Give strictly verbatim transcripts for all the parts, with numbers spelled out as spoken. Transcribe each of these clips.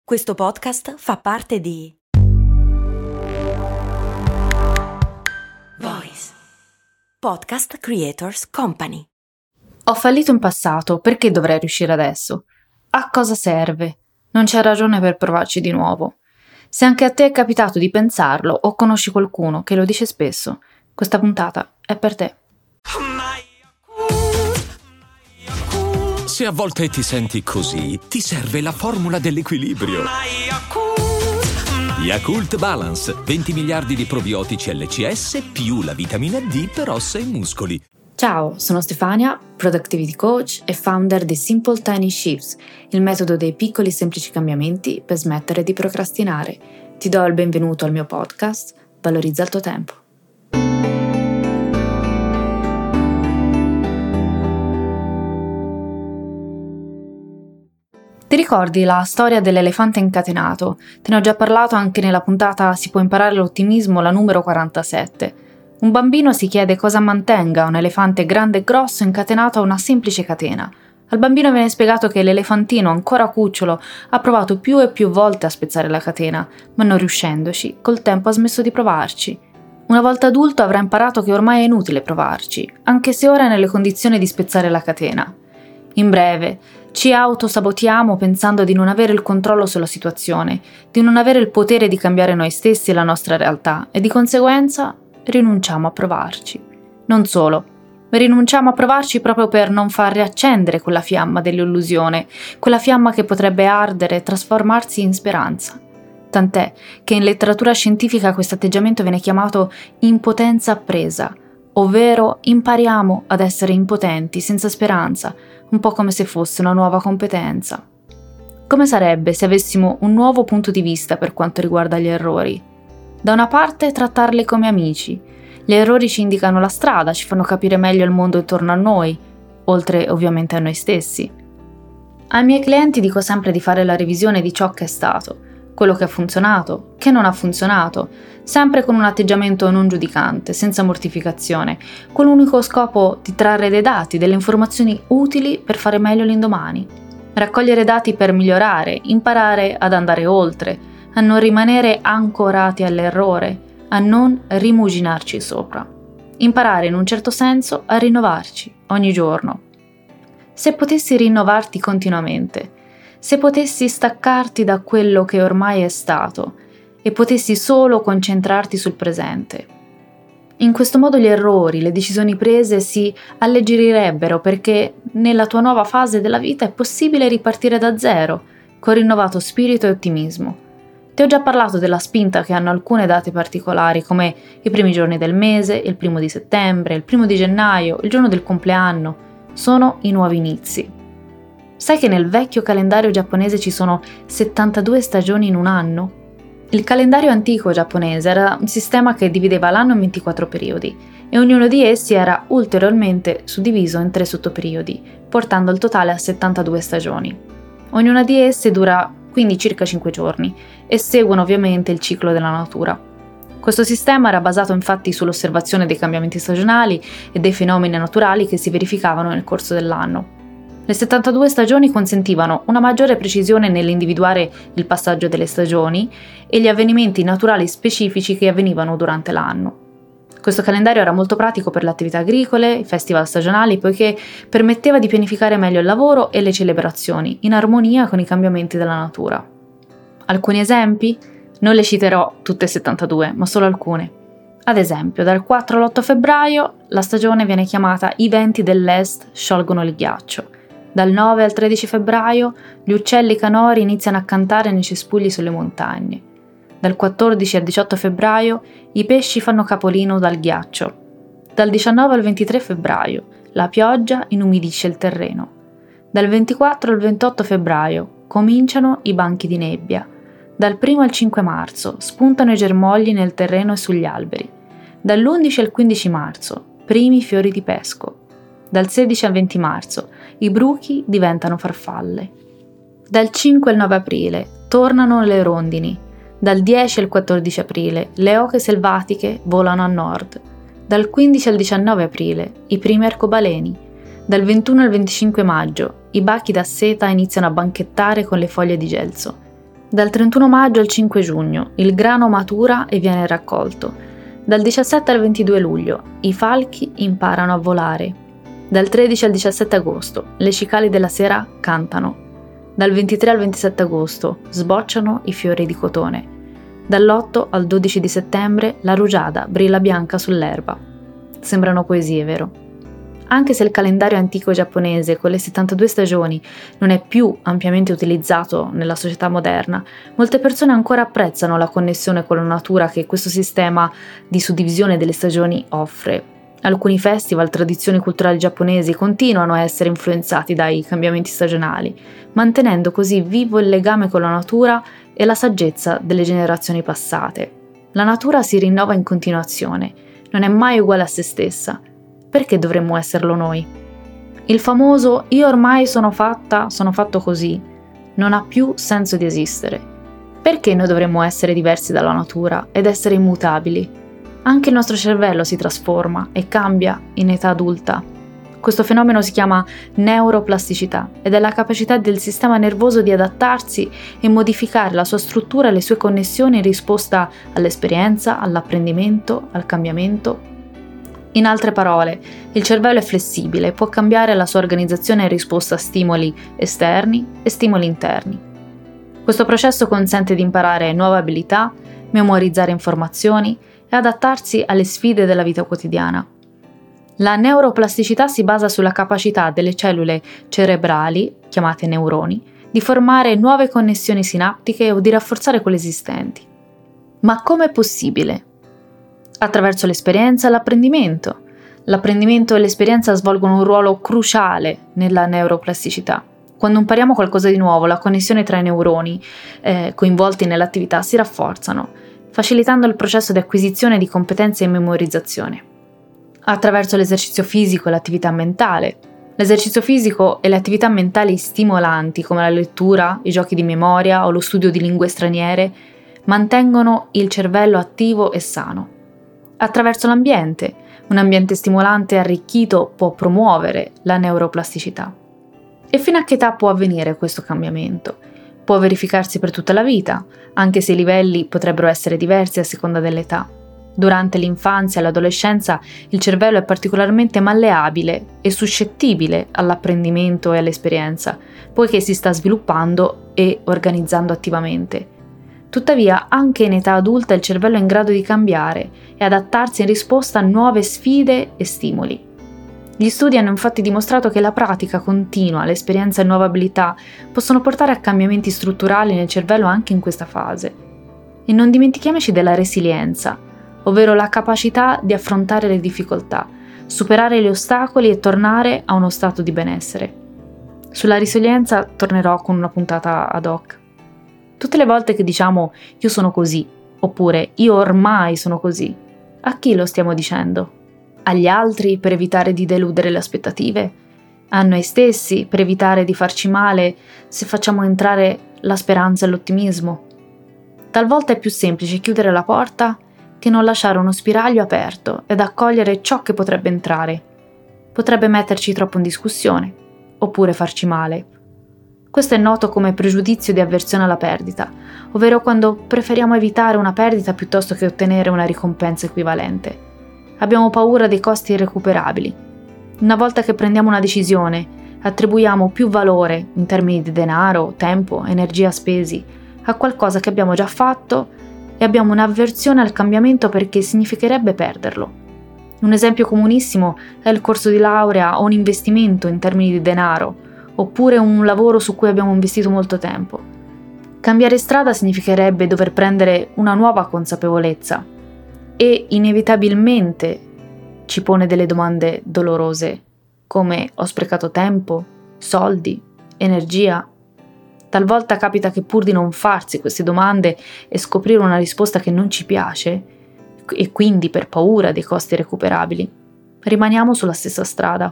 Questo podcast fa parte di Voice Podcast Creators Company. Ho fallito in passato, perché dovrei riuscire adesso? A cosa serve? Non c'è ragione per provarci di nuovo. Se anche a te è capitato di pensarlo o conosci qualcuno che lo dice spesso, questa puntata è per te. Se a volte ti senti così, ti serve la formula dell'equilibrio. Yakult Balance, venti miliardi di probiotici L C S più la vitamina D per ossa e muscoli. Ciao, sono Stefania, Productivity Coach e founder di Simple Tiny Shifts, il metodo dei piccoli semplici cambiamenti per smettere di procrastinare. Ti do il benvenuto al mio podcast, Valorizza il tuo tempo. Ti ricordi la storia dell'elefante incatenato? Te ne ho già parlato anche nella puntata Si può imparare l'ottimismo, la numero quarantasette. Un bambino si chiede cosa mantenga un elefante grande e grosso incatenato a una semplice catena. Al bambino viene spiegato che l'elefantino, ancora cucciolo, ha provato più e più volte a spezzare la catena, ma non riuscendoci, col tempo ha smesso di provarci. Una volta adulto avrà imparato che ormai è inutile provarci, anche se ora è nelle condizioni di spezzare la catena. In breve, ci autosabotiamo pensando di non avere il controllo sulla situazione, di non avere il potere di cambiare noi stessi e la nostra realtà e di conseguenza rinunciamo a provarci. Non solo, rinunciamo a provarci proprio per non far riaccendere quella fiamma dell'illusione, quella fiamma che potrebbe ardere e trasformarsi in speranza. Tant'è che in letteratura scientifica questo atteggiamento viene chiamato impotenza appresa, ovvero impariamo ad essere impotenti, senza speranza, un po' come se fosse una nuova competenza. Come sarebbe se avessimo un nuovo punto di vista per quanto riguarda gli errori? Da una parte trattarli come amici. Gli errori ci indicano la strada, ci fanno capire meglio il mondo intorno a noi, oltre ovviamente a noi stessi. Ai miei clienti dico sempre di fare la revisione di ciò che è stato, quello che ha funzionato, che non ha funzionato, sempre con un atteggiamento non giudicante, senza mortificazione, con l'unico scopo di trarre dei dati, delle informazioni utili per fare meglio l'indomani. Raccogliere dati per migliorare, imparare ad andare oltre, a non rimanere ancorati all'errore, a non rimuginarci sopra. Imparare in un certo senso a rinnovarci ogni giorno. Se potessi rinnovarti continuamente, se potessi staccarti da quello che ormai è stato e potessi solo concentrarti sul presente. In questo modo gli errori, le decisioni prese si alleggerirebbero perché nella tua nuova fase della vita è possibile ripartire da zero, con rinnovato spirito e ottimismo. Ti ho già parlato della spinta che hanno alcune date particolari come i primi giorni del mese, il primo di settembre, il primo di gennaio, il giorno del compleanno. Sono i nuovi inizi. Sai che nel vecchio calendario giapponese ci sono settantadue stagioni in un anno? Il calendario antico giapponese era un sistema che divideva l'anno in ventiquattro periodi e ognuno di essi era ulteriormente suddiviso in tre sottoperiodi, portando il totale a settantadue stagioni. Ognuna di esse dura quindi circa cinque giorni e seguono ovviamente il ciclo della natura. Questo sistema era basato infatti sull'osservazione dei cambiamenti stagionali e dei fenomeni naturali che si verificavano nel corso dell'anno. Le settantadue stagioni consentivano una maggiore precisione nell'individuare il passaggio delle stagioni e gli avvenimenti naturali specifici che avvenivano durante l'anno. Questo calendario era molto pratico per le attività agricole, i festival stagionali, poiché permetteva di pianificare meglio il lavoro e le celebrazioni, in armonia con i cambiamenti della natura. Alcuni esempi? Non le citerò tutte e settantadue, ma solo alcune. Ad esempio, dal quattro all'otto febbraio la stagione viene chiamata I venti dell'Est sciolgono il ghiaccio. Dal nove al tredici febbraio gli uccelli canori iniziano a cantare nei cespugli sulle montagne. Dal quattordici al diciotto febbraio i pesci fanno capolino dal ghiaccio. Dal diciannove al ventitré febbraio la pioggia inumidisce il terreno. Dal ventiquattro al ventotto febbraio cominciano i banchi di nebbia. Dal primo al cinque marzo spuntano i germogli nel terreno e sugli alberi. Dall'undici al quindici marzo primi fiori di pesco. Dal sedici al venti marzo i bruchi diventano farfalle. Dal cinque al nove aprile tornano le rondini. Dal dieci al quattordici aprile le oche selvatiche volano a nord. Dal quindici al diciannove aprile i primi arcobaleni. Dal ventuno al venticinque maggio i bachi da seta iniziano a banchettare con le foglie di gelso. Dal trentuno maggio al cinque giugno il grano matura e viene raccolto. Dal diciassette al ventidue luglio i falchi imparano a volare. Dal tredici al diciassette agosto le cicale della sera cantano. Dal ventitré al ventisette agosto sbocciano i fiori di cotone. Dall'otto al dodici di settembre la rugiada brilla bianca sull'erba. Sembrano poesie, vero? Anche se il calendario antico giapponese con le settantadue stagioni non è più ampiamente utilizzato nella società moderna, molte persone ancora apprezzano la connessione con la natura che questo sistema di suddivisione delle stagioni offre. Alcuni festival, tradizioni culturali giapponesi continuano a essere influenzati dai cambiamenti stagionali, mantenendo così vivo il legame con la natura e la saggezza delle generazioni passate. La natura si rinnova in continuazione, non è mai uguale a se stessa. Perché dovremmo esserlo noi? Il famoso "io ormai sono fatta, sono fatto così" non ha più senso di esistere. Perché noi dovremmo essere diversi dalla natura ed essere immutabili? Anche il nostro cervello si trasforma e cambia in età adulta. Questo fenomeno si chiama neuroplasticità ed è la capacità del sistema nervoso di adattarsi e modificare la sua struttura e le sue connessioni in risposta all'esperienza, all'apprendimento, al cambiamento. In altre parole, il cervello è flessibile e può cambiare la sua organizzazione in risposta a stimoli esterni e stimoli interni. Questo processo consente di imparare nuove abilità, memorizzare informazioni e adattarsi alle sfide della vita quotidiana. La neuroplasticità si basa sulla capacità delle cellule cerebrali, chiamate neuroni, di formare nuove connessioni sinaptiche o di rafforzare quelle esistenti. Ma com'è possibile? Attraverso l'esperienza e l'apprendimento. L'apprendimento e l'esperienza svolgono un ruolo cruciale nella neuroplasticità. Quando impariamo qualcosa di nuovo, la connessione tra i neuroni eh, coinvolti nell'attività si rafforzano, facilitando il processo di acquisizione di competenze e memorizzazione. Attraverso l'esercizio fisico e l'attività mentale. L'esercizio fisico e le attività mentali stimolanti, come la lettura, i giochi di memoria o lo studio di lingue straniere, mantengono il cervello attivo e sano. Attraverso l'ambiente. Un ambiente stimolante e arricchito può promuovere la neuroplasticità. E fino a che età può avvenire questo cambiamento? Può verificarsi per tutta la vita, anche se i livelli potrebbero essere diversi a seconda dell'età. Durante l'infanzia e l'adolescenza il cervello è particolarmente malleabile e suscettibile all'apprendimento e all'esperienza, poiché si sta sviluppando e organizzando attivamente. Tuttavia, anche in età adulta il cervello è in grado di cambiare e adattarsi in risposta a nuove sfide e stimoli. Gli studi hanno infatti dimostrato che la pratica continua, l'esperienza e nuove abilità possono portare a cambiamenti strutturali nel cervello anche in questa fase. E non dimentichiamoci della resilienza, ovvero la capacità di affrontare le difficoltà, superare gli ostacoli e tornare a uno stato di benessere. Sulla resilienza tornerò con una puntata ad hoc. Tutte le volte che diciamo "io sono così" oppure "io ormai sono così", a chi lo stiamo dicendo? Agli altri per evitare di deludere le aspettative? A noi stessi per evitare di farci male se facciamo entrare la speranza e l'ottimismo? Talvolta è più semplice chiudere la porta che non lasciare uno spiraglio aperto ed accogliere ciò che potrebbe entrare. Potrebbe metterci troppo in discussione, oppure farci male. Questo è noto come pregiudizio di avversione alla perdita, ovvero quando preferiamo evitare una perdita piuttosto che ottenere una ricompensa equivalente. Abbiamo paura dei costi irrecuperabili. Una volta che prendiamo una decisione, attribuiamo più valore, in termini di denaro, tempo, energia spesi, a qualcosa che abbiamo già fatto e abbiamo un'avversione al cambiamento perché significherebbe perderlo. Un esempio comunissimo è il corso di laurea o un investimento in termini di denaro, oppure un lavoro su cui abbiamo investito molto tempo. Cambiare strada significherebbe dover prendere una nuova consapevolezza e inevitabilmente ci pone delle domande dolorose, come ho sprecato tempo, soldi, energia. Talvolta capita che pur di non farsi queste domande e scoprire una risposta che non ci piace, e quindi per paura dei costi recuperabili, rimaniamo sulla stessa strada.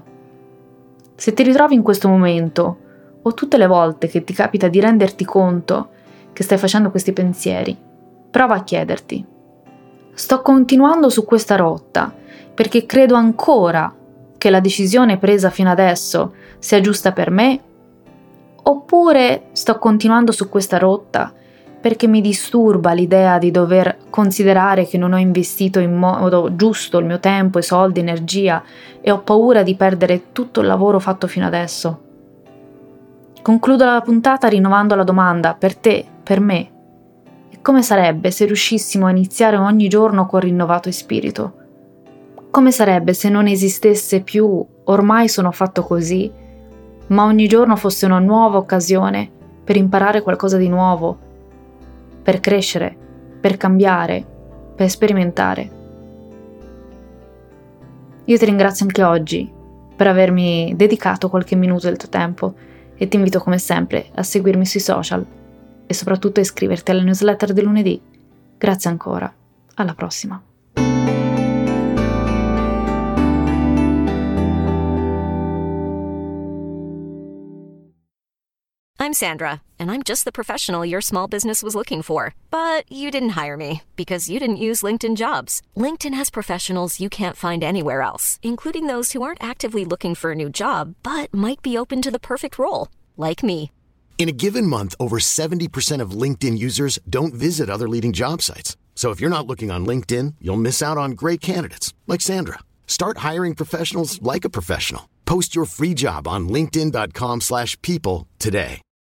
Se ti ritrovi in questo momento, o tutte le volte che ti capita di renderti conto che stai facendo questi pensieri, prova a chiederti: sto continuando su questa rotta perché credo ancora che la decisione presa fino adesso sia giusta per me? Oppure sto continuando su questa rotta perché mi disturba l'idea di dover considerare che non ho investito in modo giusto il mio tempo, i soldi, energia e ho paura di perdere tutto il lavoro fatto fino adesso. Concludo la puntata rinnovando la domanda per te, per me. E come sarebbe se riuscissimo a iniziare ogni giorno con rinnovato spirito? Come sarebbe se non esistesse più ormai sono fatto così, ma ogni giorno fosse una nuova occasione per imparare qualcosa di nuovo, per crescere, per cambiare, per sperimentare. Io ti ringrazio anche oggi per avermi dedicato qualche minuto del tuo tempo e ti invito come sempre a seguirmi sui social e soprattutto a iscriverti alla newsletter del lunedì. Grazie ancora, alla prossima. I'm Sandra, and I'm just the professional your small business was looking for. But you didn't hire me because you didn't use LinkedIn Jobs. LinkedIn has professionals you can't find anywhere else, including those who aren't actively looking for a new job, but might be open to the perfect role, like me. In a given month, over seventy percent of LinkedIn users don't visit other leading job sites. So if you're not looking on LinkedIn, you'll miss out on great candidates like Sandra. Start hiring professionals like a professional. Post your free job on linkedin dot com slash people today.